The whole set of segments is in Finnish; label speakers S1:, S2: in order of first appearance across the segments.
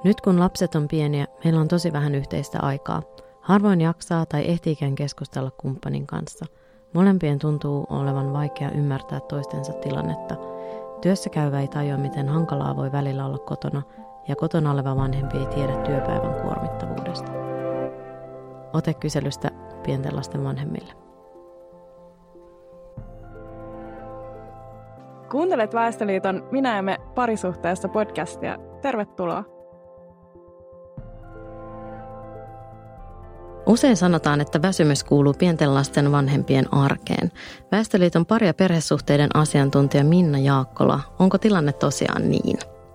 S1: Nyt kun lapset on pieniä, meillä on tosi vähän yhteistä aikaa. Harvoin jaksaa tai ehtiikään keskustella kumppanin kanssa. Molempien tuntuu olevan vaikea ymmärtää toistensa tilannetta. Työssä käyvä ei tajua, miten hankalaa voi välillä olla kotona, ja kotona oleva vanhempi ei tiedä työpäivän kuormittavuudesta. Ote kyselystä pienten lasten vanhemmille.
S2: Kuuntelet Väestöliiton Minä ja me parisuhteessa podcastia. Tervetuloa!
S1: Usein sanotaan, että väsymys kuuluu pienten lasten vanhempien arkeen. Väestöliiton pari- ja perhesuhteiden asiantuntija Minna Jaakkola, onko tilanne tosiaan niin?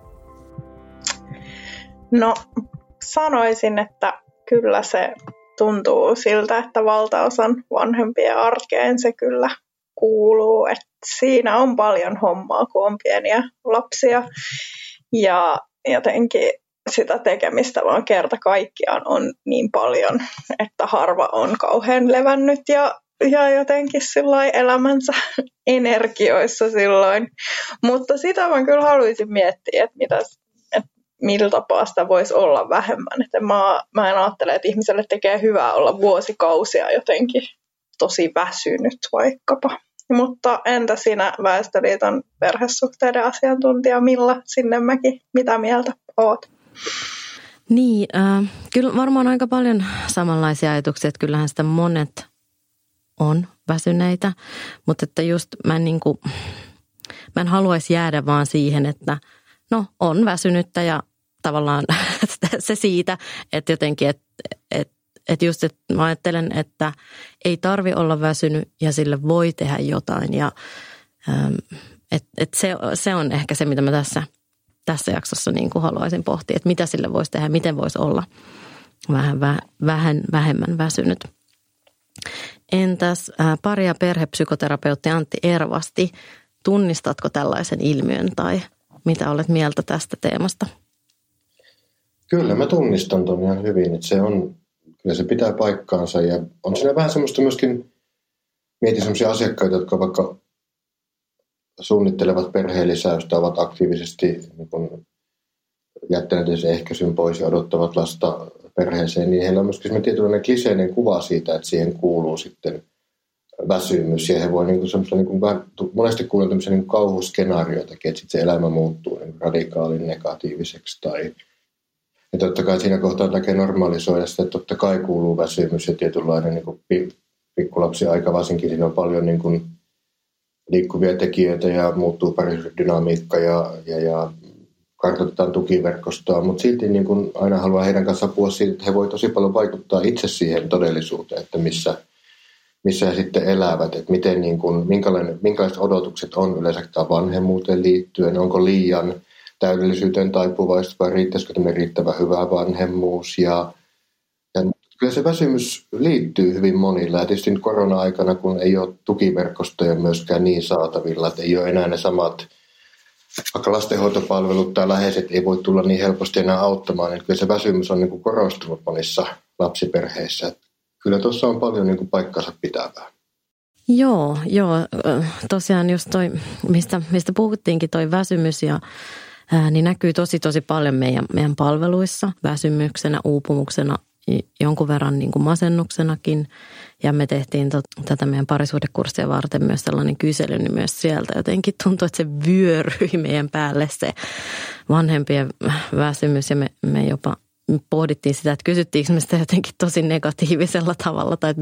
S3: No, sanoisin, että kyllä se tuntuu siltä, että valtaosan vanhempien arkeen se kyllä kuuluu. Että siinä on paljon hommaa, kun on pieniä lapsia ja jotenkin sitä tekemistä vaan kerta kaikkiaan on niin paljon, että harva on kauhean levännyt ja jotenkin sillain elämänsä energioissa silloin. Mutta sitä mä kyllä haluaisin miettiä, että millä tapaa sitä voisi olla vähemmän. Että mä en ajattele, että ihmiselle tekee hyvää olla vuosikausia jotenkin tosi väsynyt vaikkapa. Mutta entä sinä Väestöliiton perhesuhteiden asiantuntija Milla Sinnemäki, mitä mieltä oot?
S1: Niin, kyllä varmaan aika paljon samanlaisia ajatuksia, että kyllähän sitä monet on väsyneitä, mutta että just mä en haluaisi jäädä vaan siihen, että no on väsynyttä ja tavallaan se siitä, että jotenkin, että just että mä ajattelen, että ei tarvi olla väsynyt ja sille voi tehdä jotain ja että se on ehkä se, mitä mä tässä jaksossa niin kuin haluaisin pohtia, että mitä sille voisi tehdä, miten voisi olla vähän vähemmän väsynyt. Entäs pari- ja perhepsykoterapeutti Antti Ervasti, tunnistatko tällaisen ilmiön tai mitä olet mieltä tästä teemasta?
S4: Kyllä mä tunnistan ton ihan hyvin, että kyllä se pitää paikkaansa ja on siinä vähän semmoista myöskin, mietin semmoisia asiakkaita, jotka vaikka suunnittelevat perheen lisäystä, ovat aktiivisesti niin jättäneet sen ehkäisyn pois ja odottavat lasta perheeseen, niin heillä on myöskin semmoinen tietynlainen kliseinen kuva siitä, että siihen kuuluu sitten väsymys. Ja he voi monesti kuulla tämmöisiä niin kauhuskenaarioitakin, että sitten se elämä muuttuu niin radikaalin negatiiviseksi. Ja totta kai siinä kohtaa takia normalisoida sitä, että totta kai kuuluu väsymys ja tietynlainen niin pikkulapsi-aika, varsinkin siinä on paljon niin kuin liikkuvia tekijöitä ja muuttuu parisuhdedynamiikka ja kartoitetaan tukiverkostoa, mutta silti niin kuin aina haluaa heidän kanssaan puhua siitä, että he voi tosi paljon vaikuttaa itse siihen todellisuuteen, että missä he sitten elävät, että miten niin kuin, minkälaiset odotukset on yleensä vanhemmuuteen liittyen, onko liian täydellisyyteen taipuvaista vai riittäisikö tämmöinen riittävän hyvä vanhemmuus ja kyllä se väsymys liittyy hyvin monilla. Ja tietysti korona-aikana, kun ei ole tukiverkostoja myöskään niin saatavilla, että ei ole enää ne samat, vaikka lastenhoitopalvelut tai läheiset ei voi tulla niin helposti enää auttamaan, niin kyllä se väsymys on niin kuin korostunut monissa lapsiperheissä. Että kyllä tuossa on paljon niin kuin paikkansa pitävää.
S1: Joo, tosiaan just toi, mistä puhuttiinkin, toi väsymys niin näkyy tosi paljon meidän palveluissa väsymyksenä, uupumuksena, jonkun verran niin kuin masennuksenakin. Ja me tehtiin tätä meidän parisuhdekurssia varten myös sellainen kysely, niin myös sieltä jotenkin tuntui, että se vyöryi meidän päälle se vanhempien väsymys. Ja me jopa pohdittiin sitä, että kysyttiinkö me sitä jotenkin tosi negatiivisella tavalla, tai että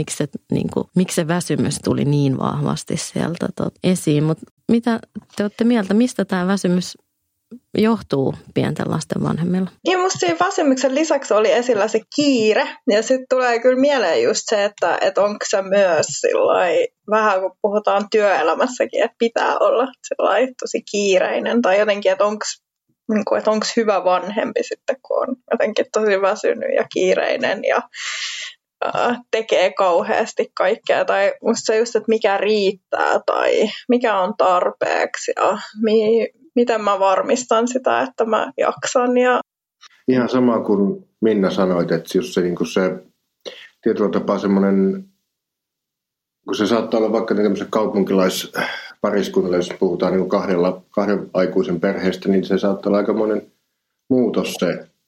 S1: miksi se väsymys tuli niin vahvasti sieltä esiin. Mutta mitä te olette mieltä, mistä tämä väsymys johtuu pienten lasten vanhemmilla?
S3: Ja musta siinä väsymyksen lisäksi oli esillä se kiire. Ja sitten tulee kyllä mieleen just se, että onko se myös sillai, vähän kun puhutaan työelämässäkin, että pitää olla sillai tosi kiireinen. Tai jotenkin, että onko hyvä vanhempi sitten, kun on jotenkin tosi väsynyt ja kiireinen ja tekee kauheasti kaikkea. Tai musta se just, että mikä riittää tai mikä on tarpeeksi ja miten mä varmistan sitä, että mä jaksan.
S4: Ihan sama kuin Minna sanoit, että just se, niin se tietyllä tapaa semmoinen, kun se saattaa olla vaikka tämmöisen kaupunkilaispariskunnalla, jos puhutaan niin kahden aikuisen perheestä, niin se saattaa olla aikamoinen muutos se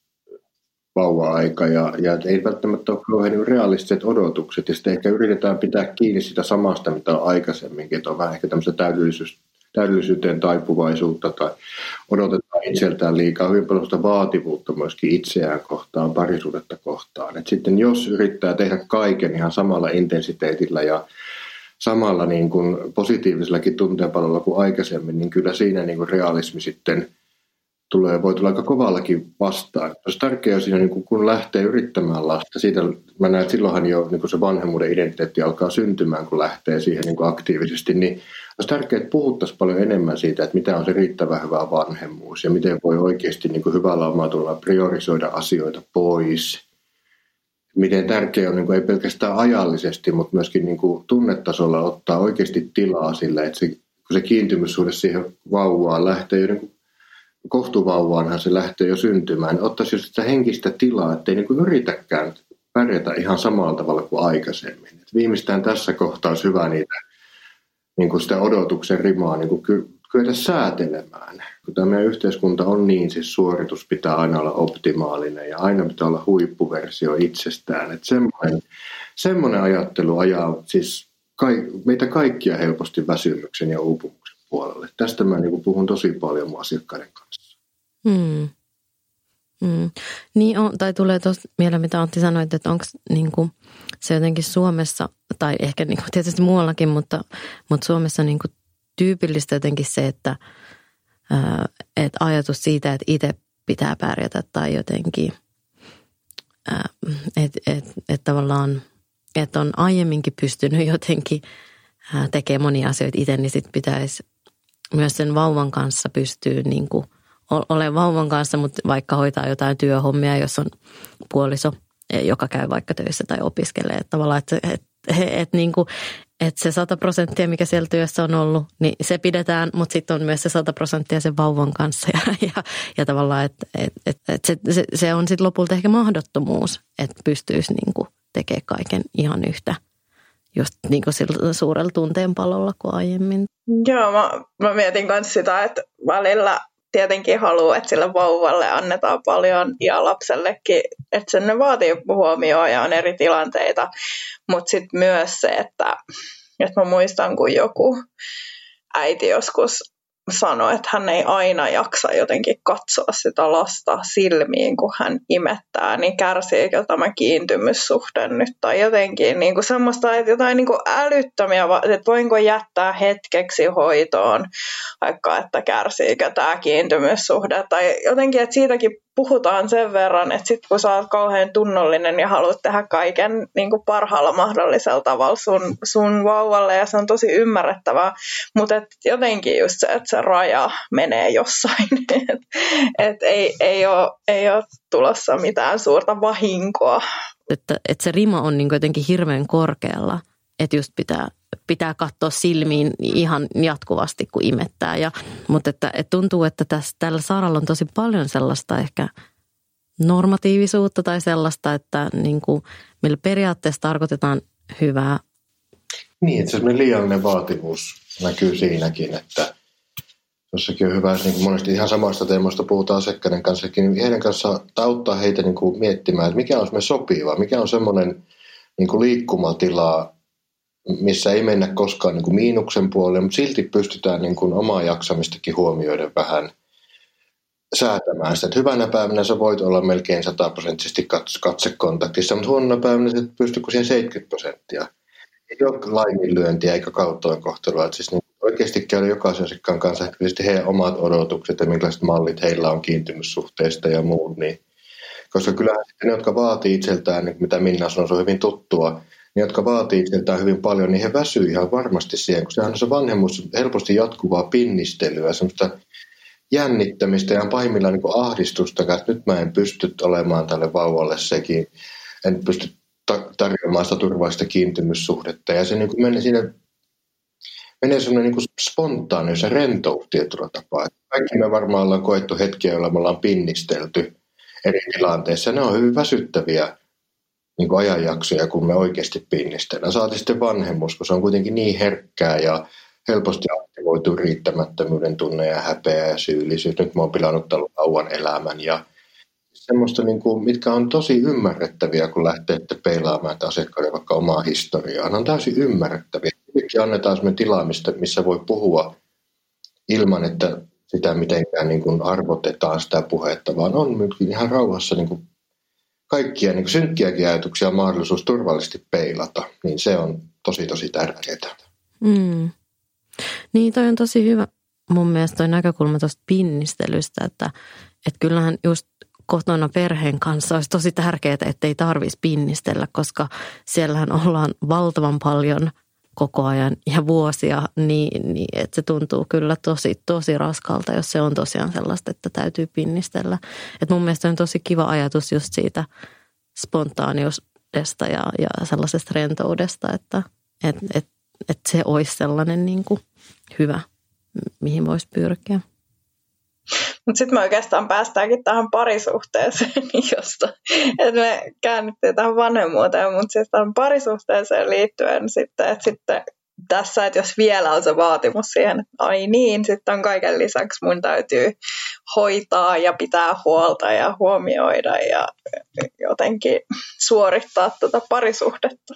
S4: vauva-aika ja ei välttämättä ole kauhean niin realistiset odotukset ja sitten ehkä yritetään pitää kiinni sitä samasta, mitä on aikaisemminkin, että on vähän ehkä tämmöistä täydellisyyteen taipuvaisuutta tai odotetaan itseltään liikaa hyvin paljon vaativuutta myöskin itseään kohtaan, parisuudetta kohtaan. Et sitten jos yrittää tehdä kaiken ihan samalla intensiteetillä ja samalla niin kuin positiivisellakin tunteenpalolla kuin aikaisemmin, niin kyllä siinä niin kuin realismi sitten voi tulla aika kovallakin vastaan. Olisi tärkeää siinä, niin kun lähtee yrittämään lasta, siitä mä näen, että silloinhan jo niin se vanhemmuuden identiteetti alkaa syntymään, kun lähtee siihen niin aktiivisesti, niin olisi tärkeää, että puhuttaisiin paljon enemmän siitä, että mitä on se riittävän hyvä vanhemmuus ja miten voi oikeasti niin hyvällä omatunnalla priorisoida asioita pois. Miten tärkeää on ei pelkästään ajallisesti, mutta myöskin tunnetasolla ottaa oikeasti tilaa sille, että kun se kiintymyssuhde siihen vauvaan lähtee jo kohtuvauvaanhan se lähtee jo syntymään, niin ottaisi jo sitä henkistä tilaa, ettei yritäkään pärjätä ihan samalla tavalla kuin aikaisemmin. Et viimeistään tässä kohtaa olisi hyvä niitä, sitä odotuksen rimaa kyetä säätelemään. Kun tämä meidän yhteiskunta on niin, siis suoritus pitää aina olla optimaalinen ja aina pitää olla huippuversio itsestään. Että semmoinen ajattelu ajaa siis meitä kaikkia helposti väsymyksen ja uupumuksen puolelle. Tästä mä puhun tosi paljon mun asiakkaiden kanssa.
S1: Niin on, tai tulee tuosta mieleen, mitä Antti sanoit, että onko se jotenkin Suomessa, tai ehkä tietysti muuallakin, mutta Suomessa tyypillistä jotenkin se, että ajatus siitä, että itse pitää pärjätä tai jotenkin, että tavallaan, että on aiemminkin pystynyt jotenkin tekemään monia asioita itse, niin sitten pitäisi myös sen vauvan kanssa pystyä ole vauvan kanssa, mutta vaikka hoitaa jotain työhommia, jos on puoliso, joka käy vaikka töissä tai opiskelee. Että tavallaan, että se 100%, mikä siellä työssä on ollut, niin se pidetään, mutta sitten on myös se 100% sen vauvan kanssa. Ja tavallaan, että se on sitten lopulta ehkä mahdottomuus, että pystyisi tekemään kaiken ihan yhtä. Just sillä suurella tunteenpalolla kuin aiemmin.
S3: Joo, mä mietin myös sitä, että välillä tietenkin haluaa, että sille vauvalle annetaan paljon ja lapsellekin, että sen vaatii huomioon ja on eri tilanteita. Mutta sitten myös se, että mä muistan, kun joku äiti joskus sanoi, että hän ei aina jaksa jotenkin katsoa sitä lasta silmiin, kun hän imettää, niin kärsiikö tämä kiintymyssuhde nyt tai jotenkin semmoista, että jotain älyttömiä, että voinko jättää hetkeksi hoitoon, vaikka että kärsiikö tämä kiintymyssuhde tai jotenkin, että siitäkin puhutaan sen verran, että sit kun sä oot kauhean tunnollinen ja haluat tehdä kaiken parhaalla mahdollisella tavalla sun vauvalle ja se on tosi ymmärrettävää, mutta jotenkin just se, että se raja menee jossain, että ei ole tulossa mitään suurta vahinkoa.
S1: Että se rima on jotenkin hirveän korkealla, että just pitää katsoa silmiin ihan jatkuvasti, kun imettää. Mutta että tuntuu, että tällä saralla on tosi paljon sellaista ehkä normatiivisuutta tai sellaista, että millä periaatteessa tarkoitetaan hyvää.
S4: Niin, että se liiallinen vaatimus näkyy siinäkin, että jossakin on hyvä, niin monesti ihan samasta teemasta puhutaan asiakkaiden kanssa, niin heidän kanssa auttaa heitä miettimään, että mikä on semmoinen sopiva, mikä on semmoinen liikkumatila, missä ei mennä koskaan miinuksen puolelle, mutta silti pystytään omaa jaksamistakin huomioiden vähän säätämään sitä. Että hyvänä päivänä sä voit olla melkein 100% katsekontaktissa, mutta huonona päivänä sä pystytkö siihen 70%. Ei ole laiminlyöntiä eikä kaltoinkohtelua. Siis oikeasti käydä jokaisen asiakkaan kanssa heidän omat odotukset ja minkälaiset mallit heillä on kiintymyssuhteista ja muut. Niin. Koska kyllähän sitten ne, jotka vaatii itseltään, mitä Minna sanoi, se on hyvin tuttua, ne, jotka vaatii itseltään hyvin paljon, niin he väsyy ihan varmasti siihen, kun sehän on se vanhemmuus helposti jatkuvaa pinnistelyä, semmoista jännittämistä ja pahimmillaan ahdistusta, että nyt mä en pysty olemaan tälle vauvalle sekin, en pysty tarjoamaan sitä turvallista kiintymyssuhdetta. Ja se menee semmoinen spontaanius ja rentous tietyllä tapaa. Kaikki me varmaan ollaan koettu hetkiä, joilla me ollaan pinnistelty eri tilanteissa. Ne on hyvin väsyttäviä ajanjaksoja, kun me oikeasti pinnistellään. Saati sitten vanhemmuus, kun se on kuitenkin niin herkkää ja helposti aktivoituu riittämättömyyden tunne ja häpeä ja syyllisyys. Nyt mä oon pilannut tämän vauvan elämän ja semmoista, niin kuin, mitkä on tosi ymmärrettäviä, kun lähtee peilaamaan asiakkaiden vaikka omaa historiaa. Ne on täysin ymmärrettäviä. Nyt annetaan sellainen tila, missä voi puhua ilman, että sitä mitenkään niin kuin arvotetaan sitä puhetta, vaan on ihan rauhassa niin kuin kaikkia niin kuin synkkiäkin ajatuksia mahdollisuus turvallisesti peilata. Niin se on tosi, tosi tärkeää.
S1: Niin, toi on tosi hyvä mun mielestä toi näkökulma tuosta pinnistelystä, että kyllähän just kotona perheen kanssa olisi tosi tärkeää, että ei tarvitsisi pinnistellä, koska siellähän ollaan valtavan paljon koko ajan ja vuosia, niin että se tuntuu kyllä tosi raskalta, jos se on tosiaan sellaista, että täytyy pinnistellä. Että mun mielestä on tosi kiva ajatus just siitä spontaaniudesta ja sellaisesta rentoudesta, että se olisi sellainen niin kuin hyvä, mihin voisi pyrkiä.
S3: Mutta sitten me oikeastaan päästäänkin tähän parisuhteeseen, josta että me käännyttiin tähän vanhemmuuteen, mutta siis tähän parisuhteeseen liittyen sitten, että sitten tässä, että jos vielä on se vaatimus siihen, että ai niin, sitten on kaiken lisäksi mun täytyy hoitaa ja pitää huolta ja huomioida ja jotenkin suorittaa tätä parisuhdetta.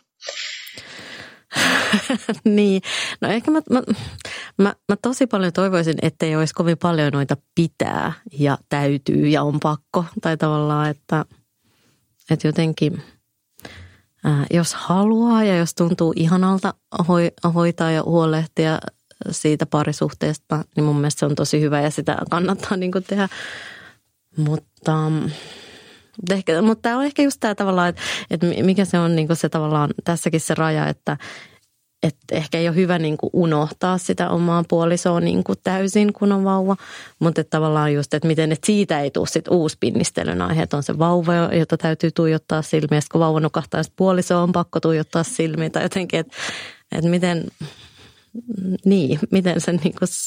S1: Niin, no ehkä mä tosi paljon toivoisin, ettei olisi kovin paljon noita pitää ja täytyy ja on pakko. Tai tavallaan, että jotenkin jos haluaa ja jos tuntuu ihanalta hoitaa ja huolehtia siitä parisuhteesta, niin mun mielestä se on tosi hyvä ja sitä kannattaa niin kuin tehdä. Mutta tämä on ehkä just tämä tavallaan, että mikä se on niin kuin se tavallaan tässäkin se raja, että ehkä ei ole hyvä niin kuin unohtaa sitä omaa puolisoa niin kuin täysin, kun on vauva. Mutta tavallaan just, että miten että siitä ei tule sit uusi pinnistelyn aihe, että on se vauva, jota täytyy tuijottaa silmiä. Sitten kun vauva nukahtaa, sitten puolisoa on pakko tuijottaa silmiä. Tai jotenkin, että miten se niin kuin,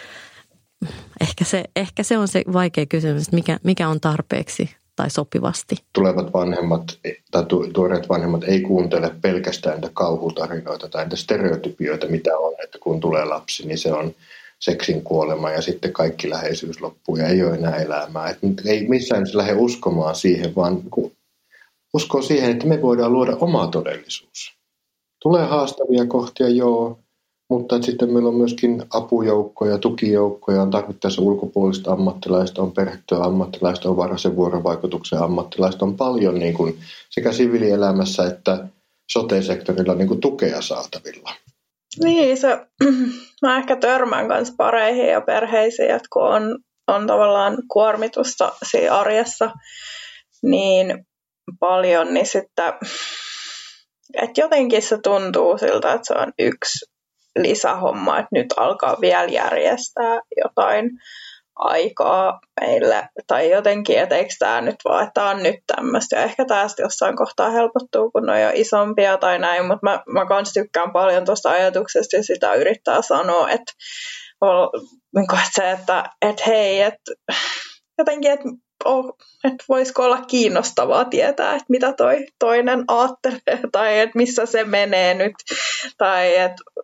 S1: ehkä se on se vaikea kysymys, että mikä on tarpeeksi tai sopivasti.
S4: Tulevat vanhemmat tai tuoreet vanhemmat ei kuuntele pelkästään niitä kauhutarinoita tai niitä stereotypioita, mitä on, että kun tulee lapsi, niin se on seksin kuolema ja sitten kaikki läheisyys loppuu ja ei ole enää elämää. Et ei missään se lähde uskomaan siihen, vaan uskoo siihen, että me voidaan luoda oma todellisuus. Tulee haastavia kohtia, joo, mutta sitten meillä on myöskin apujoukkoja, tukijoukkoja, on tarvittaessa ulkopuolista ammattilaista, on perhetyön ammattilaista, on varhaisen vuorovaikutuksen ammattilaista, on paljon niin kuin sekä siviilielämässä että sote-sektorilla niin kuin tukea saatavilla.
S3: Niin, mä ehkä törmään kanssa pareihin ja perheisiin, että kun on tavallaan kuormitusta siinä arjessa niin paljon, niin sitten että jotenkin se tuntuu siltä, että se on yksi lisähomma, että nyt alkaa vielä järjestää jotain aikaa meille, tai jotenkin, että eikö tämä nyt vaan, että tämä on nyt tämmöistä, ja ehkä tästä jossain kohtaa helpottuu, kun on jo isompia tai näin, mutta mä kans tykkään paljon tuosta ajatuksesta, ja sitä yrittää sanoa, että se, että hei, että jotenkin, että voisiko olla kiinnostavaa tietää, että mitä toi toinen aattelee tai että missä se menee nyt tai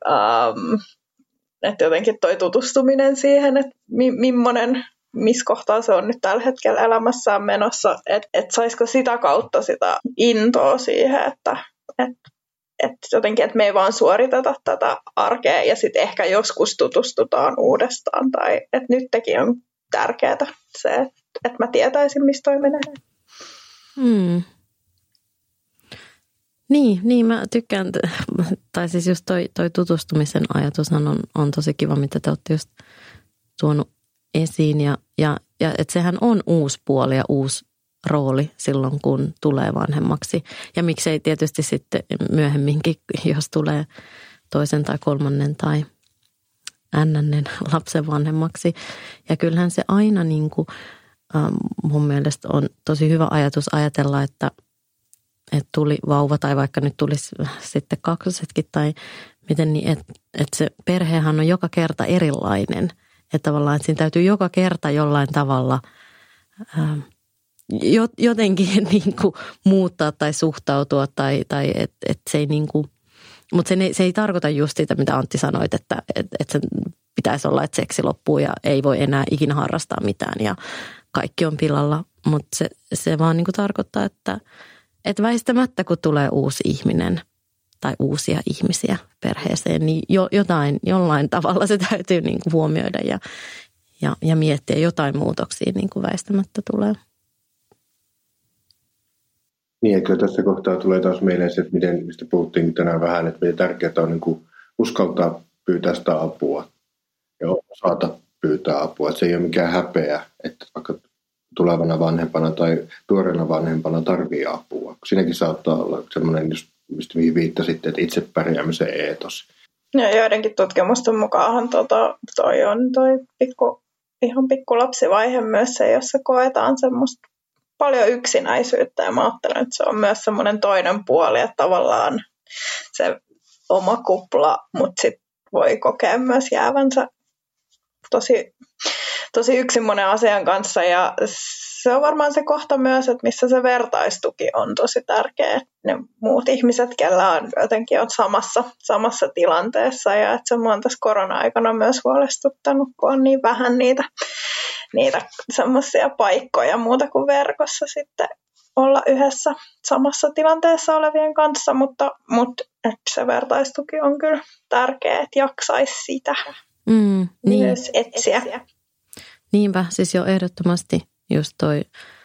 S3: että jotenkin toi tutustuminen siihen, että missä kohtaa se on nyt tällä hetkellä elämässään menossa, että saisiko sitä kautta sitä intoa siihen, että jotenkin, että me ei vaan suoriteta tätä arkea ja sitten ehkä joskus tutustutaan uudestaan tai että nytkin on tärkeää se, että mä tietäisin, mistä toi menee.
S1: Niin mä tykkään, tai siis just toi tutustumisen ajatus on tosi kiva, mitä te olette just tuonut esiin. Ja että sehän on uusi puoli ja uusi rooli silloin, kun tulee vanhemmaksi. Ja miksei tietysti sitten myöhemminkin, jos tulee toisen tai kolmannen tai N:n lapsen vanhemmaksi. Ja kyllähän se aina niin kuin, mun mielestä on tosi hyvä ajatus ajatella, että tuli vauva tai vaikka nyt tulisi sitten kaksosetkin tai miten niin, että se perhehän on joka kerta erilainen. Että tavallaan, että siinä täytyy joka kerta jollain tavalla jotenkin niin kuin muuttaa tai suhtautua tai että se ei niin kuin, mutta se ei tarkoita just sitä, mitä Antti sanoit, että se pitäisi olla, että seksi loppuu ja ei voi enää ikinä harrastaa mitään ja kaikki on pilalla. se vaan niin kuin tarkoittaa, että väistämättä kun tulee uusi ihminen tai uusia ihmisiä perheeseen, niin jollain tavalla se täytyy niin kuin huomioida ja miettiä jotain muutoksia niin kuin väistämättä tulee.
S4: Niin, kyllä tässä kohtaa tulee taas mieleen se, että mistä puhuttiin tänään vähän, että miten tärkeää on niin kuin uskaltaa pyytää sitä apua ja osata pyytää apua. Että se ei ole mikään häpeä, että vaikka tulevana vanhempana tai tuoreena vanhempana tarvii apua. Siinäkin saattaa olla semmoinen, mihin viittasitte, että itse pärjäämisen eetos.
S3: Ja joidenkin tutkimusten mukaan toi on ihan pikku lapsivaihe myös se, jossa koetaan semmoista paljon yksinäisyyttä. Ja mä ajattelen, että se on myös semmoinen toinen puoli, että tavallaan se oma kupla, mutta sitten voi kokea myös jäävänsä tosi yksin monen asian kanssa. Ja se on varmaan se kohta myös, että missä se vertaistuki on tosi tärkeä. Ne muut ihmiset, kellä on jotenkin on samassa tilanteessa. Ja että se on tässä korona-aikana myös huolestuttanut, kun on niin vähän niitä semmoisia paikkoja muuta kuin verkossa sitten olla yhdessä samassa tilanteessa olevien kanssa, mutta se vertaistuki on kyllä tärkeää, että jaksaisi sitä myös etsiä.
S1: Niinpä, siis jo ehdottomasti just toi.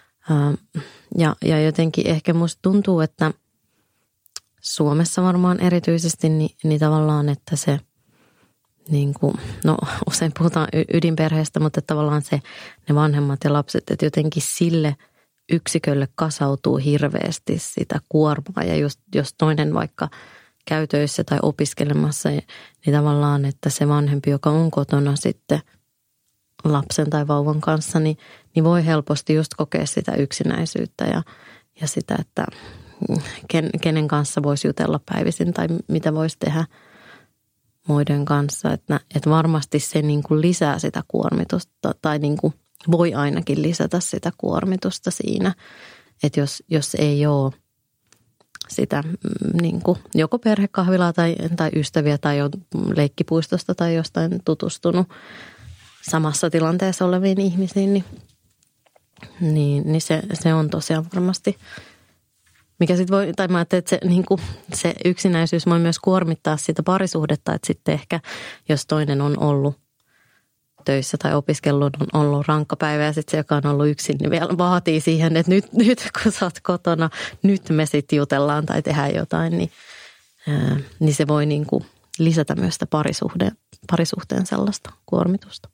S1: Ja jotenkin ehkä musta tuntuu, että Suomessa varmaan erityisesti niin tavallaan, että se niin kuin, no usein puhutaan ydinperheestä, mutta tavallaan ne vanhemmat ja lapset, että jotenkin sille yksikölle kasautuu hirveästi sitä kuormaa. Ja just jos toinen vaikka käy töissä tai opiskelemassa, niin tavallaan, että se vanhempi, joka on kotona sitten lapsen tai vauvan kanssa, niin voi helposti just kokea sitä yksinäisyyttä ja sitä, että kenen kanssa voisi jutella päivisin tai mitä voisi tehdä muiden kanssa. Että varmasti se niin kuin lisää sitä kuormitusta tai niin kuin voi ainakin lisätä sitä kuormitusta siinä, että jos ei ole sitä niin kuin joko perhekahvilaa tai ystäviä tai on leikkipuistosta tai jostain tutustunut samassa tilanteessa oleviin ihmisiin, niin se on tosiaan varmasti, mikä sitten voi, tai mä ajattelin, että se yksinäisyys voi myös kuormittaa sitä parisuhdetta, että sitten ehkä jos toinen on ollut töissä tai opiskellut, on ollut rankka päivä ja sitten se, joka on ollut yksin, niin vielä vaatii siihen, että nyt kun sä oot kotona, nyt me sitten jutellaan tai tehdään jotain, niin se voi niin kuin lisätä myös sitä parisuhteen sellaista kuormitusta.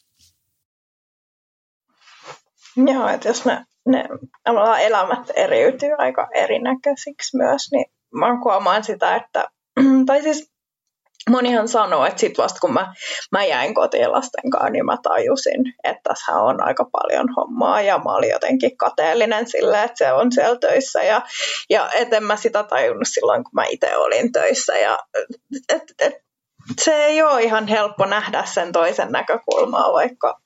S3: Joo, että jos ne elämät eriytyy aika erinäköisiksi myös, niin mä huomaan sitä, että, tai siis monihan sanoo, että sit vasta kun mä jäin kotiin lasten kanssa, niin mä tajusin, että tässä on aika paljon hommaa ja mä olin jotenkin kateellinen sille, että se on siellä töissä ja en mä sitä tajunnut silloin, kun mä itse olin töissä ja se ei ole ihan helppo nähdä sen toisen näkökulmaa, vaikka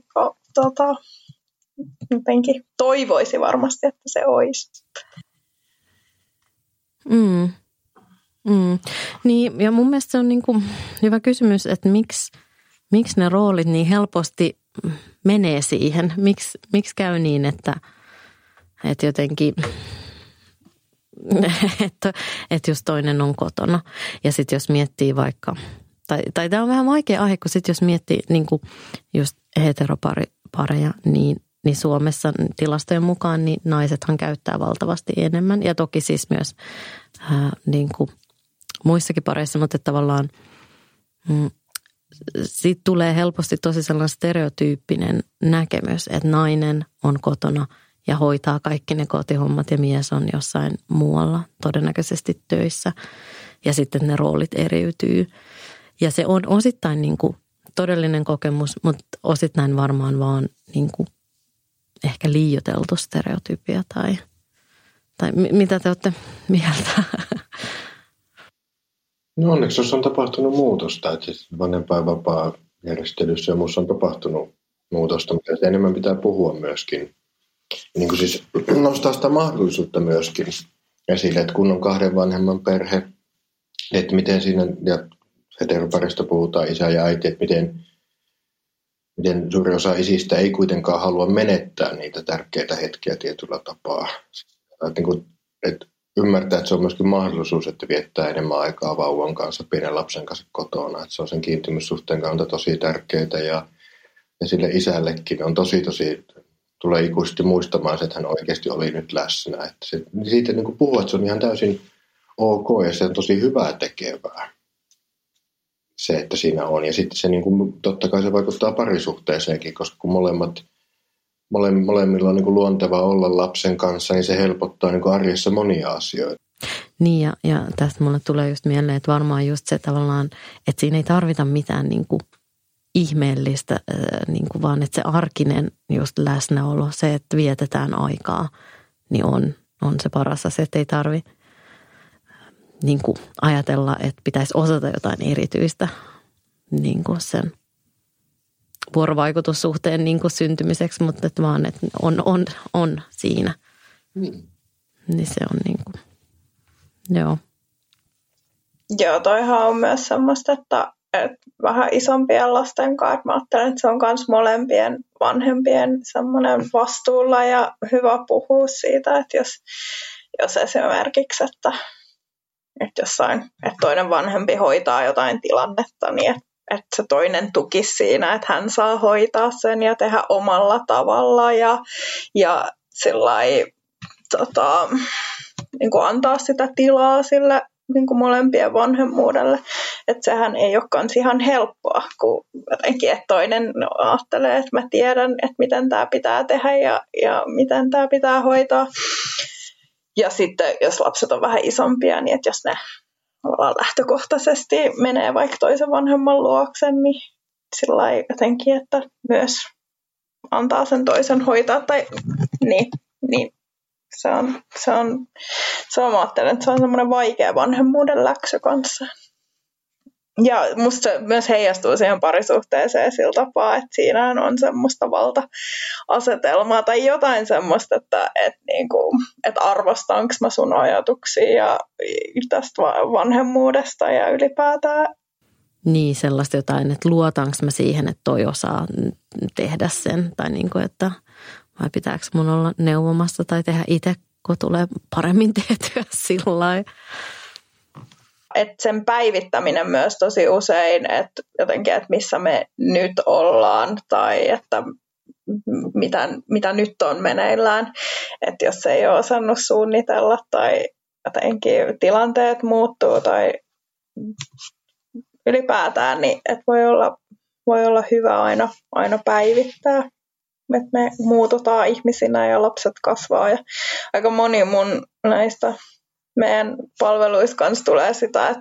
S3: jotenkin toivoisi varmasti, että se olisi.
S1: Niin, ja mun mielestä se on niin kuin hyvä kysymys, että miksi ne roolit niin helposti menee siihen. Miksi käy niin, että jotenkin, että jos toinen on kotona ja sitten jos miettii vaikka, tai tämä on vähän vaikea aihe, kun sitten jos miettii niin kuin just heteropareja, niin Suomessa tilastojen mukaan niin naisethan käyttää valtavasti enemmän. Ja toki siis myös niin kuin muissakin pareissa, mutta tavallaan siitä tulee helposti tosi sellainen stereotyyppinen näkemys, että nainen on kotona ja hoitaa kaikki ne kotihommat ja mies on jossain muualla todennäköisesti töissä. Ja sitten ne roolit eriytyy. Ja se on osittain niin kuin todellinen kokemus, mutta osittain varmaan vaan niin kuin ehkä liioiteltu stereotypia tai mitä te olette mieltä?
S4: No onneksi on tapahtunut muutosta, että vanhempainvapaa-järjestelyssä ja muussa on tapahtunut muutosta, mutta enemmän pitää puhua myöskin. Niin kuin siis nostaa sitä mahdollisuutta myöskin esille, että kun on kahden vanhemman perhe, että miten siinä, ja heteroparista puhutaan isä ja äiti, että miten suuri osa isistä ei kuitenkaan halua menettää niitä tärkeitä hetkiä tietyllä tapaa. Että ymmärtää, että se on myöskin mahdollisuus, että viettää enemmän aikaa vauvan kanssa, pienen lapsen kanssa kotona. Että se on sen kiintymyssuhteen kannalta tosi tärkeää ja sille isällekin on tosi, tulee ikuisesti muistamaan se, että hän oikeasti oli nyt läsnä. Että siitä niin kuin puhuu, että se on ihan täysin ok ja se on tosi hyvää tekevää. Se, että siinä on. Ja sitten se niin kuin, totta kai se vaikuttaa parisuhteeseenkin, koska kun molemmilla on niin kuin luonteva olla lapsen kanssa, niin se helpottaa niin kuin arjessa monia asioita.
S1: Niin ja tästä mulle tulee just mieleen, että varmaan just se tavallaan, että siinä ei tarvita mitään niin kuin ihmeellistä, niin kuin vaan että se arkinen just läsnäolo, se, että vietetään aikaa, niin on se paras asia, että ei tarvitse niin kuin ajatella, että pitäisi osata jotain erityistä niin kuin sen vuorovaikutussuhteen niin kuin syntymiseksi, mutta että vaan, että on siinä. Niin se on niin kuin, joo.
S3: Joo, toihan on myös semmoista, että vähän isompien lasten kanssa, mä ajattelen, että se on myös molempien vanhempien semmoinen vastuulla ja hyvä puhua siitä, että jos esimerkiksi, että toinen vanhempi hoitaa jotain tilannetta, niin että se toinen tukisi siinä, että hän saa hoitaa sen ja tehdä omalla tavalla ja sillai, niin kuin antaa sitä tilaa sille niin kuin molempien vanhemmuudelle. Että sehän ei olekaan ihan helppoa, kun jotenkin, että toinen ajattelee, että mä tiedän, että miten tämä pitää tehdä ja miten tämä pitää hoitaa. Ja sitten, jos lapset on vähän isompia, niin että jos ne lähtökohtaisesti menee vaikka toisen vanhemman luokse, niin sillä lailla jotenkin, että myös antaa sen toisen hoitaa. Tai, niin mä ajattelen, että se on semmoinen vaikea vanhemmuuden läksy kanssa. Ja musta se myös heijastuu siihen parisuhteeseen sillä tapaa, että siinä on semmoista valta-asetelmaa tai jotain semmoista, että arvostanko mä sun ajatuksia ja tästä vanhemmuudesta ja ylipäätään.
S1: Niin, sellaista jotain, että luotanko mä siihen, että toi osaa tehdä sen tai niin kuin, että vai pitääkö mun olla neuvomassa tai tehdä itse, kun tulee paremmin tehtyä sillä lailla.
S3: Että sen päivittäminen myös tosi usein, että jotenkin, että missä me nyt ollaan tai että mitä nyt on meneillään. Että jos ei ole osannut suunnitella tai jotenkin tilanteet muuttuu tai ylipäätään, niin että voi olla hyvä aina päivittää. Että me muututaan ihmisinä ja lapset kasvaa. Ja aika moni mun näistä meidän palveluissa kanssa tulee sitä,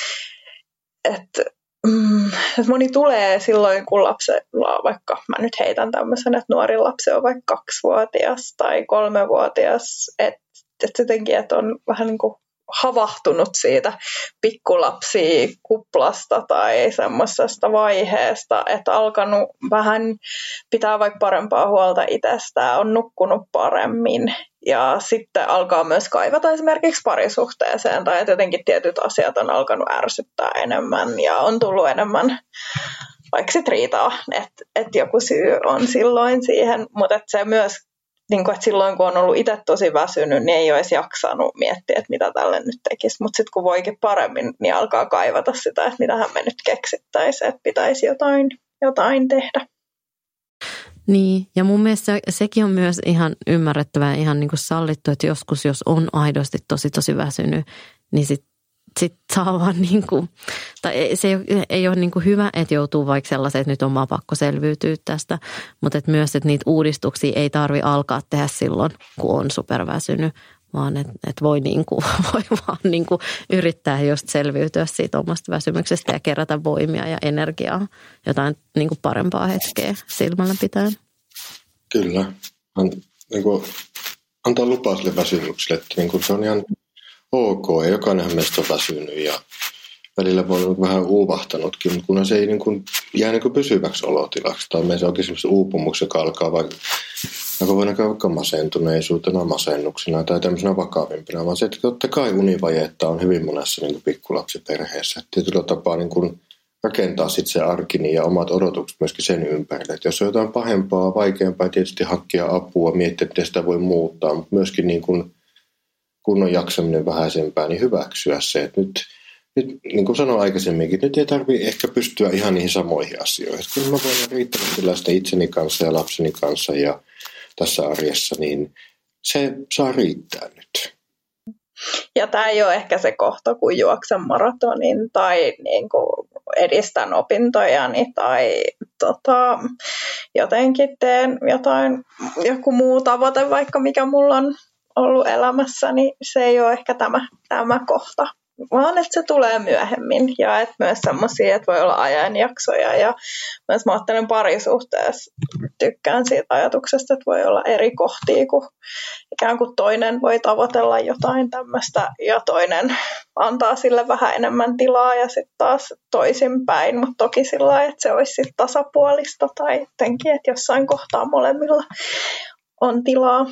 S3: että moni tulee silloin, kun lapsella, vaikka mä nyt heitän tämmöisen, että nuori lapsi on vaikka 2-vuotias tai 3-vuotias, että jotenkin, että on vähän niin kuin havahtunut siitä pikkulapsikuplasta tai semmoisesta vaiheesta, että alkanut vähän pitää vaikka parempaa huolta itsestään, on nukkunut paremmin ja sitten alkaa myös kaivata esimerkiksi parisuhteeseen tai että jotenkin tietyt asiat on alkanut ärsyttää enemmän ja on tullut enemmän vaikka sit riitaa, että joku syy on silloin siihen, mutta että se myös niin kuin, että silloin kun on ollut itse tosi väsynyt, niin ei ole edes jaksanut miettiä, että mitä tälle nyt tekisi. Mutta sitten kun voikin paremmin, niin alkaa kaivata sitä, että mitähän me nyt keksittäisiin, että pitäisi jotain tehdä.
S1: Niin, ja mun mielestä sekin on myös ihan ymmärrettävää, ihan niin kuin sallittu, että joskus jos on aidosti tosi väsynyt, niin sit saa vaan niin kuin, tai se ei ole niin kuin hyvä, että joutuu vaikka sellaiseen, että nyt on vaan pakko selviytyä tästä, mutta että myös, että niitä uudistuksia ei tarvitse alkaa tehdä silloin, kun on superväsynyt, vaan että voi, niin kuin, voi vaan niin kuin yrittää just selviytyä siitä omasta väsymyksestä ja kerätä voimia ja energiaa, jotain niin kuin parempaa hetkeä silmällä pitäen.
S4: Kyllä, niin kuin antaa lupaa sille väsymykselle, että niin kuin se on ihan ok, ja jokainenhan meistä on väsynyt ja välillä voi olla vähän uuvahtanutkin, mutta kunhan se ei niin kuin jää niin kuin pysyväksi olotilaksi tai meissä onkin sellaista uupumuksi, joka alkaa vaikka voi näkyä vaikka masentuneisuutena, masennuksena tai tämmöisenä vakavimpina, vaan se, että totta kai univajetta on hyvin monessa niin kuin pikkulapsiperheessä. Tietyllä tapaa niin kuin rakentaa sitten se arkini ja omat odotukset myöskin sen ympärille. Että jos on jotain pahempaa, vaikeampaa, tietysti hakea apua, miettiä, että sitä voi muuttaa, mutta myöskin niin kunnon jaksaminen vähäisempää, niin hyväksyä se, että nyt niin kuin sanoin aikaisemminkin, nyt ei tarvitse ehkä pystyä ihan niihin samoihin asioihin. Kun mä voin riittävästi läsnä itseni kanssa ja lapseni kanssa ja tässä arjessa, niin se saa riittää nyt.
S3: Ja tämä ei ole ehkä se kohta, kun juoksen maratonin tai niin kuin edistän opintojani tai jotenkin teen joku muu tavoite, vaikka mikä mulla on ollut elämässä, niin se ei ole ehkä tämä kohta, vaan että se tulee myöhemmin. Ja että myös semmoisia, että voi olla ajanjaksoja. Ja myös mä ajattelen parisuhteessa, tykkään siitä ajatuksesta, että voi olla eri kohtia, kun ikään kuin toinen voi tavoitella jotain tämmöistä ja toinen antaa sille vähän enemmän tilaa ja sitten taas toisinpäin. Mutta toki sillä lailla, että se olisi sitten tasapuolista tai jotenkin, että jossain kohtaa molemmilla on tilaa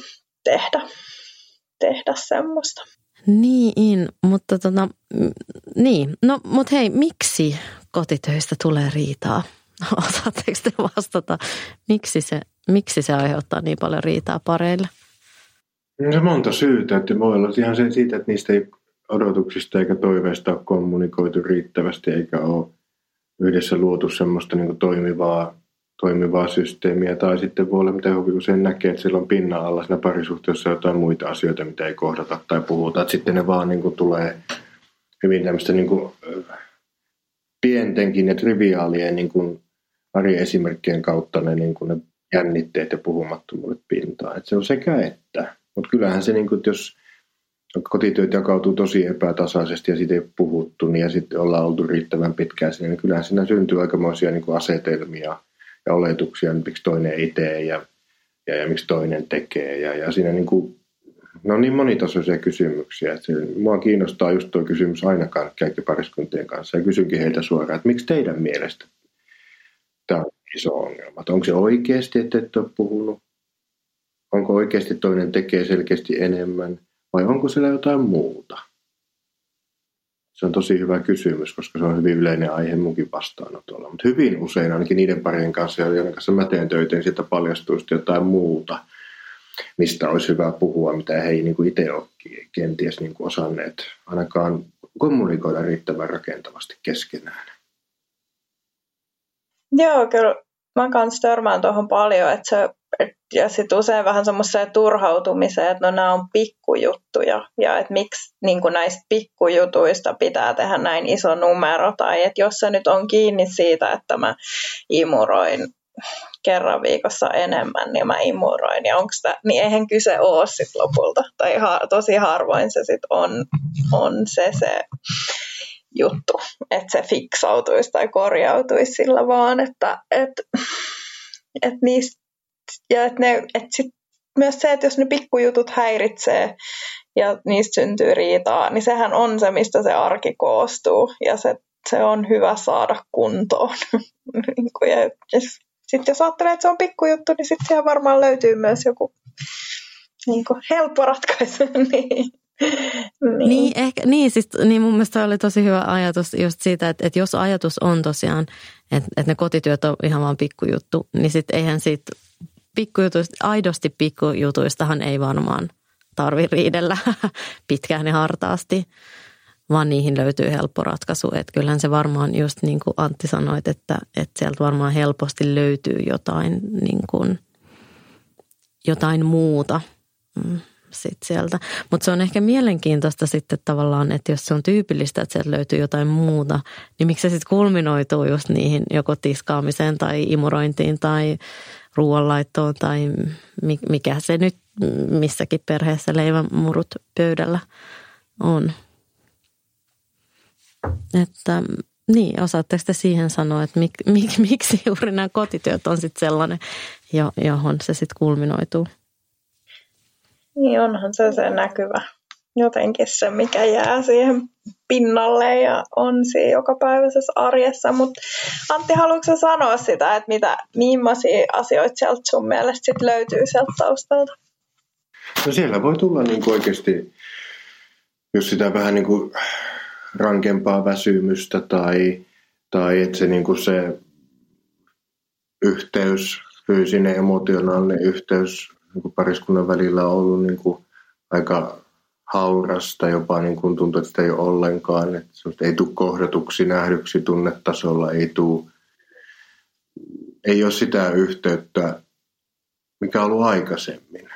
S3: tehdä semmoista.
S1: Niin, mutta niin. No, mutta hei, miksi kotitöistä tulee riitaa? Osaatteko te vastata? Miksi se aiheuttaa niin paljon riitaa pareille?
S4: No, se monta syytä, että voi olla ihan se siitä, että niistä ei odotuksista eikä toiveista ole kommunikoitu riittävästi eikä ole yhdessä luotu semmoista niin kuin toimivaa systeemiä, tai sitten voi olla, mitä usein näkee, että siellä on pinnan alla siinä parisuhteessa jotain muita asioita, mitä ei kohdata tai puhuta, että sitten ne vaan niin kuin tulee hyvin tämmöistä niin kuin pientenkin ja triviaalien niin kuin arjen esimerkkien kautta niin kuin ne jännitteet ja puhumattomuudet pintaan, että se on sekä että, mutta kyllähän se, niin kuin, että jos kotityöt jakautuu tosi epätasaisesti ja siitä ei puhuttu, niin ja sitten ollaan oltu riittävän pitkään siinä, niin kyllähän siinä syntyy aikamoisia niin kuin asetelmia ja oletuksia, miksi toinen ei tee ja miksi toinen tekee. Ja siinä ne on niin monitasoisia kysymyksiä, että mua kiinnostaa just tuo kysymys aina pariskuntien kanssa. Ja kysynkin heiltä suoraan, että miksi teidän mielestä tämä on iso ongelma? Onko se oikeasti, että ette ole puhunut? Onko oikeasti toinen tekee selkeästi enemmän? Vai onko siellä jotain muuta? Se on tosi hyvä kysymys, koska se on hyvin yleinen aihe munkin vastaanotolla. Mutta hyvin usein ainakin niiden parien kanssa, joiden kanssa mä teen töitä, niin sieltä paljastuu jotain muuta, mistä olisi hyvä puhua, mitä he ei niin kuin itse ole kenties niin kuin osanneet ainakaan kommunikoida riittävän rakentavasti keskenään.
S3: Joo, kyllä mä kanssa törmään tuohon paljon, ja sitten usein vähän semmoiseen turhautumiseen, että no nämä on pikkujuttuja ja että miksi niin kuin näistä pikkujutuista pitää tehdä näin iso numero tai että jos se nyt on kiinni siitä, että mä imuroin kerran viikossa enemmän, niin mä imuroin ja niin eihän kyse ole sitten lopulta tai tosi harvoin se sitten on se juttu, että se fiksautuisi tai korjautuisi sillä vaan, että niistä ja että sit myös se, että jos ne pikkujutut häiritsee ja niistä syntyy riitaa, niin sehän on se, mistä se arki koostuu. Ja se on hyvä saada kuntoon. Ja sitten jos ajattelee, että se on pikkujuttu, niin sitten siellä varmaan löytyy myös joku helppo ratkaisu.
S1: Niin mun mielestä oli tosi hyvä ajatus just siitä, että jos ajatus on tosiaan, että ne kotityöt on ihan vaan pikkujuttu, niin sitten eihän siitä aidosti pikkujutuistahan ei varmaan tarvitse riidellä pitkään ja hartaasti, vaan niihin löytyy helppo ratkaisu. Että kyllähän se varmaan just niin kuin Antti sanoit, että sieltä varmaan helposti löytyy jotain muuta sit sieltä. Mutta se on ehkä mielenkiintoista sitten tavallaan, että jos se on tyypillistä, että sieltä löytyy jotain muuta, niin miksi se sitten kulminoituu just niihin joko tiskaamiseen tai imurointiin tai ruoanlaittoon tai mikä se nyt missäkin perheessä leivänmurut pöydällä on. Että niin, osaatteko te siihen sanoa, että miksi juuri nämä kotityöt on sitten sellainen, johon se sitten kulminoituu?
S3: Niin onhan se näkyvä. Jotenkin se, mikä jää siihen pinnalle ja on siinä jokapäiväisessä arjessa. Mutta Antti, haluatko sanoa sitä, että millaisia asioita sieltä sun mielestä sit löytyy sieltä taustalta?
S4: No siellä voi tulla niin kuin oikeasti, jos sitä vähän niin kuin rankempaa väsymystä tai Tai että se, niin kuin se yhteys, fyysinen, emotionaalinen yhteys niin kuin pariskunnan välillä on ollut niin kuin aika haurasta, jopa niin kuin tuntuu, että sitä ei ole ollenkaan. Että ei tule kohdatuksi, nähdyksi tunnetasolla, ei ole sitä yhteyttä, mikä on ollut aikaisemmin.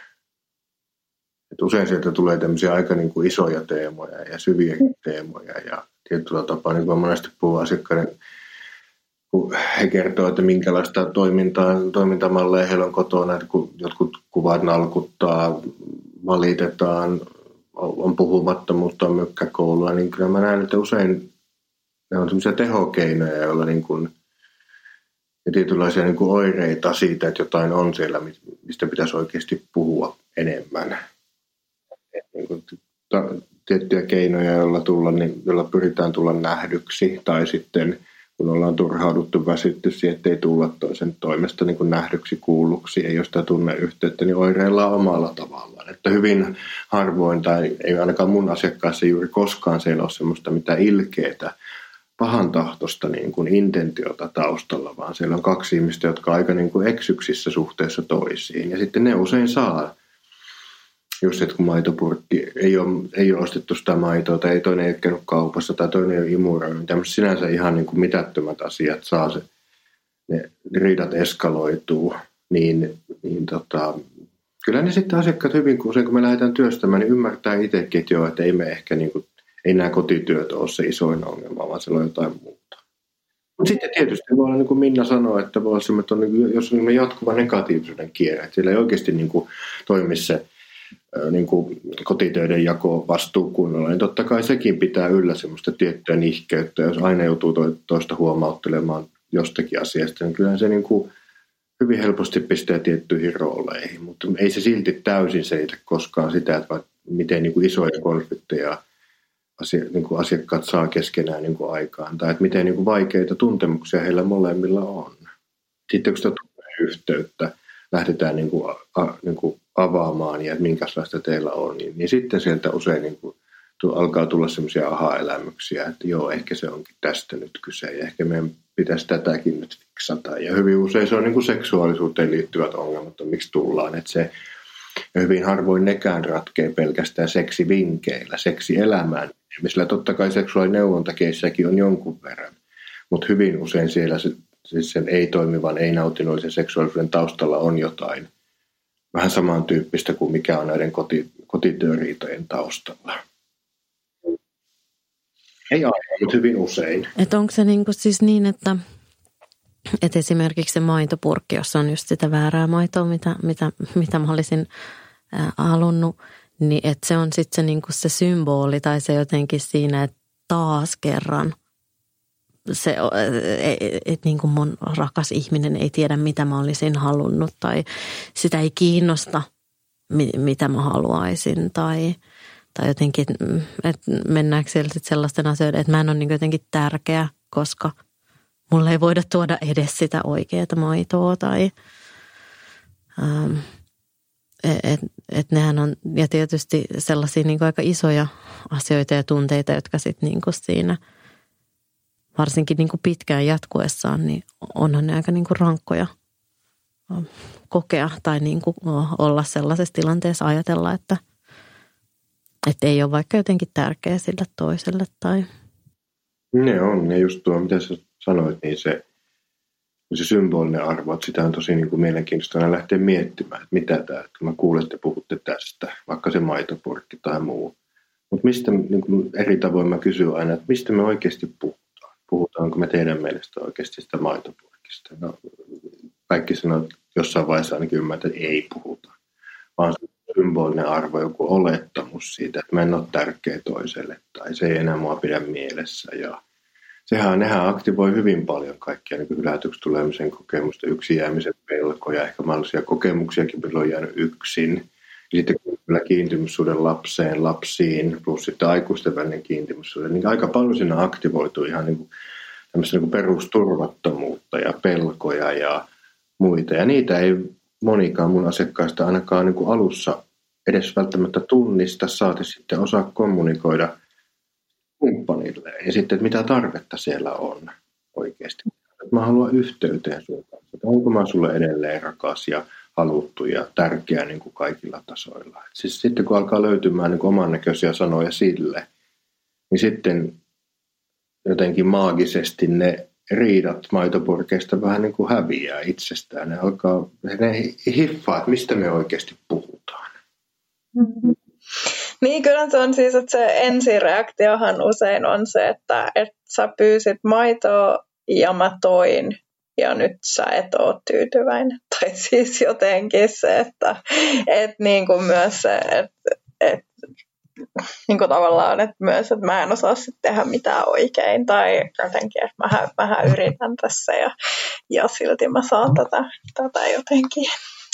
S4: Että usein sieltä tulee tämmöisiä aika niin kuin isoja teemoja ja syviäkin teemoja ja tietyllä tapaa, niin kuin monesti puhuu asiakkaiden, kun he kertoo, että minkälaista toimintamalleja heillä on kotona, että kun jotkut kuvat nalkuttaa, valitetaan, on puhumattomuutta, on mökkäkoulua, niin kyllä mä näen, että usein ne on semmoisia tehokeinoja, joilla niin kuin, ja tietynlaisia niin kuin oireita siitä, että jotain on siellä, mistä pitäisi oikeasti puhua enemmän. Niin kuin tiettyjä keinoja, joilla pyritään tulla nähdyksi, tai sitten kun ollaan turhauduttu, väsytty siihen, ettei tulla toisen toimesta niin kuin nähdyksi, kuulluksi, ei ole sitä tunneyhteyttä, niin oireillaan omalla tavallaan. Että hyvin harvoin, tai ei ainakaan mun asiakkaissa juuri koskaan siellä ole semmoista mitä ilkeätä, pahantahtoista niin kuin intentiota taustalla, vaan siellä on kaksi ihmistä, jotka on aika niin kuin eksyksissä suhteessa toisiin. Ja sitten ne usein saa, just että kun maitopurkki ei ole ostettu sitä maitoa, tai toinen ei ole käynyt kaupassa, tai toinen ei ole imuroinut, niin tämmöiset sinänsä ihan niin kuin mitättömät asiat saa se, ne riidat eskaloituu, niin kyllä ne sitten asiakkaat hyvin, kun usein kun me lähdetään työstämään, niin ymmärtää itsekin, että joo, että ei me ehkä niin kuin, ei nämä kotityöt ole se isoin ongelma, vaan siellä on jotain muuta. Mutta sitten tietysti voi olla, niin kuin Minna sanoi, että voi olla, että on, jos on jatkuva negatiivisuuden kierre, että siellä ei oikeasti niin kuin toimi se niin kuin kotitöiden jako vastuukunnolla, niin totta kai sekin pitää yllä semmoista tiettyä nihkeyttä. Jos aina joutuu toista huomauttelemaan jostakin asiasta, niin kyllä se niin kuin hyvin helposti pistää tiettyihin rooleihin, mutta ei se silti täysin selitä koskaan sitä, että miten niin kuin isoja konflikteja niin kuin asiakkaat saa keskenään niin kuin aikaan, tai että miten niin kuin vaikeita tuntemuksia heillä molemmilla on. Sitten kun sitä yhteyttä lähdetään niin kuin avaamaan ja että minkälaista teillä on, niin sitten sieltä usein niin kuin alkaa tulla semmoisia aha-elämyksiä, että joo, ehkä se onkin tästä nyt kyse ja ehkä meidän pitäisi tätäkin nyt fiksata. Ja hyvin usein se on niin kuin seksuaalisuuteen liittyvät ongelmat, miksi tullaan, että se ja hyvin harvoin nekään ratkee pelkästään seksivinkeillä, seksielämään. Sillä totta kai seksuaalineuvontakeissäkin on jonkun verran, mutta hyvin usein siellä siis sen ei-toimivan, ei-nautinnollisen seksuaalisuuden taustalla on jotain vähän samantyyppistä kuin mikä on näiden kotityöriitojen taustalla. Ei aina, mutta hyvin usein.
S1: Että onko se niinku siis niin, että esimerkiksi se maitopurkki, jossa on just sitä väärää maitoa, mitä mä olisin halunnut, niin että se on sitten se, niinku se symboli tai se jotenkin siinä, että taas kerran se, että niin kuin mun rakas ihminen ei tiedä, mitä mä olisin halunnut tai sitä ei kiinnosta, mitä mä haluaisin tai jotenkin, että mennäänkö siellä sitten sellaisten asioiden, että mä en ole niin jotenkin tärkeä, koska mulle ei voida tuoda edes sitä oikeaa maitoa tai että nehän on, ja tietysti sellaisia niin kuin aika isoja asioita ja tunteita, jotka sitten niin kuin siinä varsinkin niin kuin pitkään jatkuessaan, niin onhan ne aika niin kuin rankkoja kokea tai niin kuin olla sellaisessa tilanteessa ajatella, että ei ole vaikka jotenkin tärkeä sille toiselle. Tai
S4: ne on, ja just tuo, mitä sä sanoit, niin se symbolinen arvo, että sitä on tosi niin kuin mielenkiintoista aina lähteä miettimään, että mitä tämä, että mä kuulen, että puhutte tästä, vaikka se maitopurkki tai muu. Mutta mistä, niin kuin eri tavoin mä kysyn aina, että mistä me oikeasti puhutaan? Puhutaanko me teidän mielestä oikeasti sitä maitopurkista? No, kaikki sanoo, jossain vaiheessa ainakin ymmärtää, että ei puhuta, vaan se symbolinen arvo, joku olettamus siitä, että mä en ole tärkeä toiselle tai se ei enää mua pidä mielessä. Ja nehän aktivoi hyvin paljon kaikkia niin hylätyksi tulemisen kokemusta, yksin jäämisen pelkoja, ehkä mahdollisia kokemuksiakin, milloin on jäänyt yksin. Ja sitten kyllä kiintymyssuhden lapsiin, plus sitten aikuisten välinen kiintymyssuhde, niin aika paljon siinä aktivoituu ihan niin kuin tämmöistä niin kuin perusturvattomuutta ja pelkoja ja muita. Ja niitä ei monikaan mun asiakkaista ainakaan niin kuin alussa edes välttämättä tunnista, saati sitten osaa kommunikoida kumppanille. Ja sitten, että mitä tarvetta siellä on oikeasti. Mä haluan yhteyteen sun kanssa. Onko mä sulle edelleen rakas ja haluttu ja tärkeä niin kuin kaikilla tasoilla. Siis sitten kun alkaa löytymään niin kuin oman näköisiä sanoja sille, niin sitten jotenkin maagisesti ne riidat maitopurkeista vähän niin kuin häviää itsestään. Ne hiffaa, että mistä me oikeasti puhutaan.
S3: Mm-hmm. Niin kyllä se on siis, että se ensireaktiohan usein on se, että sä pyysit maitoa ja mä toin ja nyt sä et ole tyytyväinen. Tai siis jotenkin se, että niin kuin myös se, että niin kuin tavallaan, että myös, että mä en osaa sitten tehdä mitään oikein tai jotenkin, että mä yritän tässä ja silti mä saan tätä jotenkin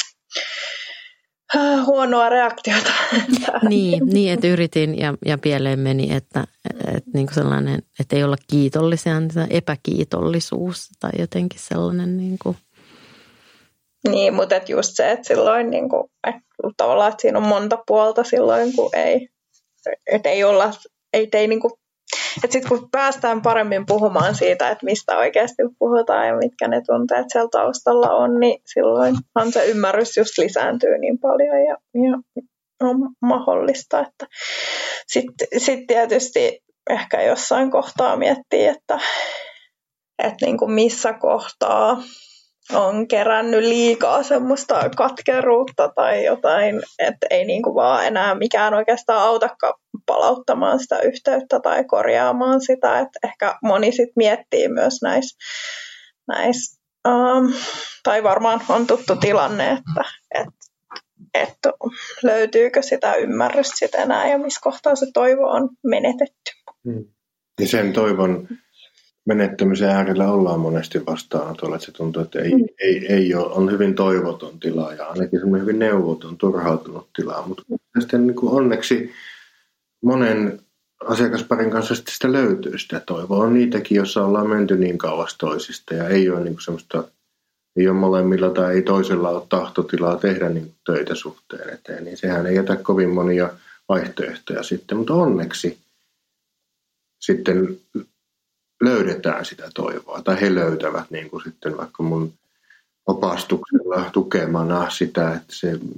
S3: huonoa reaktiota.
S1: Niin, että yritin ja pieleen meni, että niin kuin sellainen, että ei olla kiitollisia, niin epäkiitollisuus tai jotenkin sellainen niin kuin.
S3: Niin, mutta et just se, että silloin niin kuin, että tavallaan, että siinä on monta puolta silloin, kun ei olla, ei niin kuin, että sitten kun päästään paremmin puhumaan siitä, että mistä oikeasti puhutaan ja mitkä ne tunteet siellä taustalla on, niin silloinhan se ymmärrys just lisääntyy niin paljon ja on mahdollista, että sitten tietysti ehkä jossain kohtaa miettii, että niin kuin missä kohtaa on kerännyt liikaa semmoista katkeruutta tai jotain, että ei niin kuin vaan enää mikään oikeastaan autakaan palauttamaan sitä yhteyttä tai korjaamaan sitä, että ehkä moni sit miettii myös näissä tai varmaan on tuttu tilanne, että löytyykö sitä ymmärrystä sitten enää ja missä kohtaa se toivo on menetetty.
S4: Ja sen toivon menettämisen äärellä ollaan monesti vastaanotolla, että se tuntuu, että ei ole, on hyvin toivoton tila ja ainakin semmoinen hyvin neuvoton, turhautunut tila, mutta sitten niin kuin onneksi monen asiakasparin kanssa sitä löytyy sitä toivoa. On niitäkin, joissa ollaan menty niin kauas toisista ja ei ole niin kuin semmoista, ei ole molemmilla tai ei toisella ole tahtotilaa tehdä niin kuin töitä suhteen eteen, niin sehän ei jätä kovin monia vaihtoehtoja sitten, mutta onneksi sitten löydetään sitä toivoa, tai he löytävät niin kuin sitten vaikka mun opastuksella tukemana sitä, että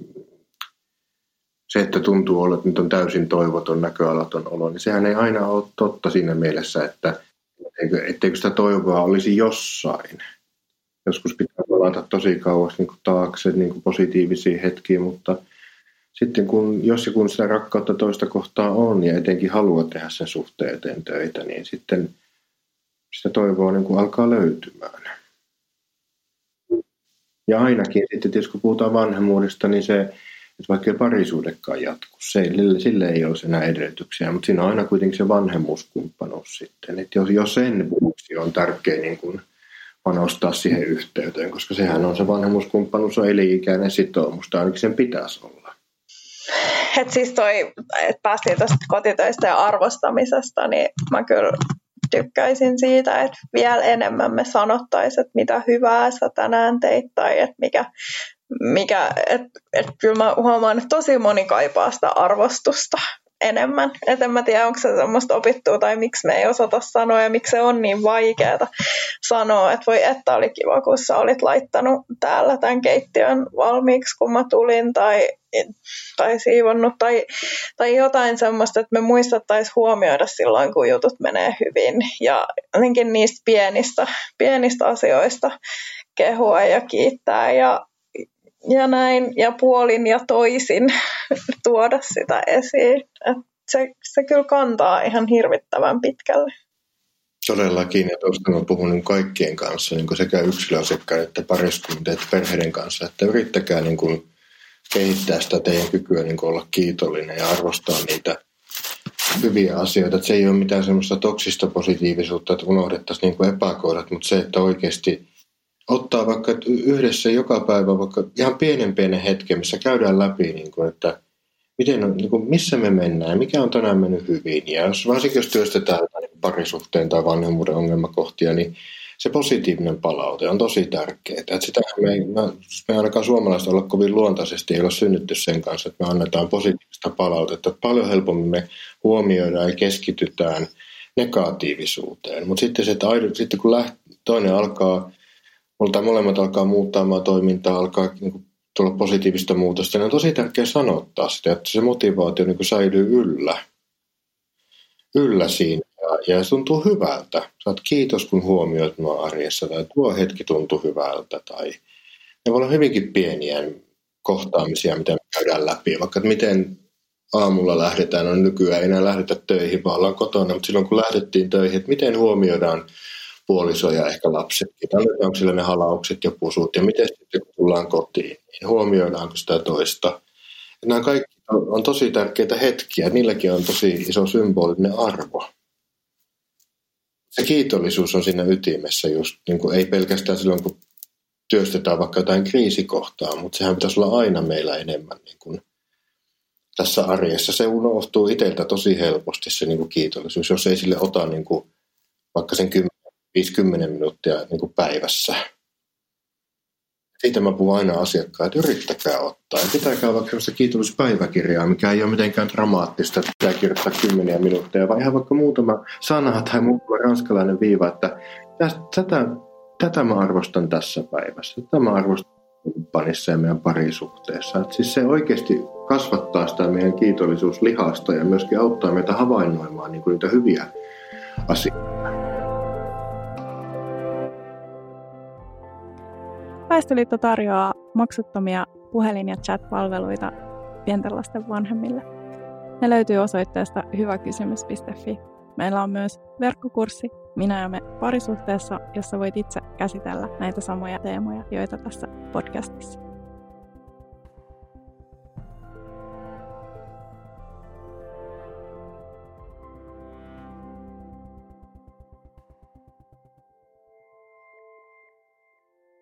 S4: se, että tuntuu olla, että nyt on täysin toivoton, näköalaton olo, niin sehän ei aina ole totta siinä mielessä, että etteikö sitä toivoa olisi jossain. Joskus pitää palata tosi kauas niin kuin taakse niin kuin positiivisiin hetkiin, mutta sitten jos ja kun sitä rakkautta toista kohtaa on ja etenkin haluaa tehdä sen suhteen eteen töitä, niin sitten sitä toivoa niin kuin alkaa löytymään. Ja ainakin sitten tietysti kun puhutaan vanhemmuudesta, niin se, että vaikka ei parisuudekaan jatku, sille ei ole enää edellytyksiä, mutta siinä on aina kuitenkin se vanhemmuuskumppanuus sitten. Että jos sen vuoksi on tärkeää niin kuin panostaa siihen yhteyteen, koska sehän on se vanhemmuuskumppanuus on elinikäinen sitoumus, tai ainakin sen pitäisi olla.
S3: Et siis että päästiin tuosta kotitöistä ja arvostamisesta, niin mä kyllä tykkäisin siitä, että vielä enemmän me sanottaisiin, että mitä hyvää sä tänään teit tai että että kyllä mä huomaan, että tosi moni kaipaa sitä arvostusta enemmän. Et en mä tiedä, onko se semmoista opittua tai miksi me ei osata sanoa ja miksi se on niin vaikeaa sanoa, että voi että oli kiva, kun sä olit laittanut täällä tämän keittiön valmiiksi, kun mä tulin tai siivonnut tai jotain semmoista, että me muistattaisiin huomioida silloin, kun jutut menee hyvin ja jotenkin niistä pienistä asioista kehua ja kiittää ja näin ja puolin ja toisin tuoda sitä esiin. Se kyllä kantaa ihan hirvittävän pitkälle.
S4: Todellakin, ja tuosta mä puhun niin kaikkien kanssa, niin sekä yksilöasiakkaiden että pariskuntien että perheiden kanssa, että yrittäkää niin kuin kehittää sitä teidän kykyä niin kuin olla kiitollinen ja arvostaa niitä hyviä asioita. Että se ei ole mitään semmoista toksista positiivisuutta, että unohdettaisiin niin kuin epäkohdat, mutta se, että oikeasti ottaa vaikka yhdessä joka päivä vaikka ihan pienen hetken, missä käydään läpi, niin kuin, että missä me mennään, mikä on tänään mennyt hyvin. Ja varsinkin jos työstetään parisuhteen tai vanhemmuuden ongelmakohtia, niin se positiivinen palaute on tosi tärkeää. Että sitä me ainakaan suomalaiset olla kovin luontaisesti, ei ole synnytty sen kanssa, että me annetaan positiivista palautetta. Että paljon helpommin me huomioidaan ja keskitytään negatiivisuuteen. Mutta sitten, kun toinen alkaa, molemmat alkaa muuttamaan toimintaa, alkaa niin kuin tulla positiivista muutosta. Ja on tosi tärkeää sanottaa sitä, että se motivaatio niin kuin säilyy yllä siinä. Ja se tuntuu hyvältä. Saat kiitos, kun huomioit minua arjessa, tai tuo hetki tuntuu hyvältä. Tai ne voi olla hyvinkin pieniä kohtaamisia, mitä me käydään läpi. Vaikka miten aamulla lähdetään, on nykyään ei enää lähdetä töihin, vaan ollaan kotona. Mutta silloin kun lähdettiin töihin, että miten huomioidaan puoliso ja ehkä lapsetkin. Annetaanko sillä ne halaukset ja pusut ja miten sitten kun tullaan kotiin, niin huomioidaanko sitä toista. Ja nämä kaikki on tosi tärkeitä hetkiä. Niilläkin on tosi iso symbolinen arvo. Se kiitollisuus on siinä ytimessä just, niin kuin ei pelkästään silloin, kun työstetään vaikka jotain kriisikohtaa, mutta sehän pitäisi olla aina meillä enemmän niin kuin tässä arjessa. Se unohtuu itseltä tosi helposti se niin kuin kiitollisuus, jos ei sille ota niin kuin vaikka sen 5-10 minuuttia niin kuin päivässä. Siitä mä puhun aina asiakkaan, että yrittäkää ottaa. Ja pitäkää vaikka sellaista kiitollispäiväkirjaa, mikä ei ole mitenkään dramaattista, että pitää kirjoittaa 10 minuutteja, vaan ihan vaikka muutama sana tai muutama ranskalainen viiva, että tätä mä arvostan tässä päivässä. Tätä mä arvostan kumppanissa ja meidän parisuhteessa. Että siis se oikeasti kasvattaa sitä meidän kiitollisuuslihasta ja myöskin auttaa meitä havainnoimaan niin kuin niitä hyviä asioita.
S2: Väestöliitto tarjoaa maksuttomia puhelin- ja chat-palveluita pienten lasten vanhemmille. Ne löytyy osoitteesta hyväkysymys.fi. Meillä on myös verkkokurssi Minä ja me parisuhteessa, jossa voit itse käsitellä näitä samoja teemoja, joita tässä podcastissa.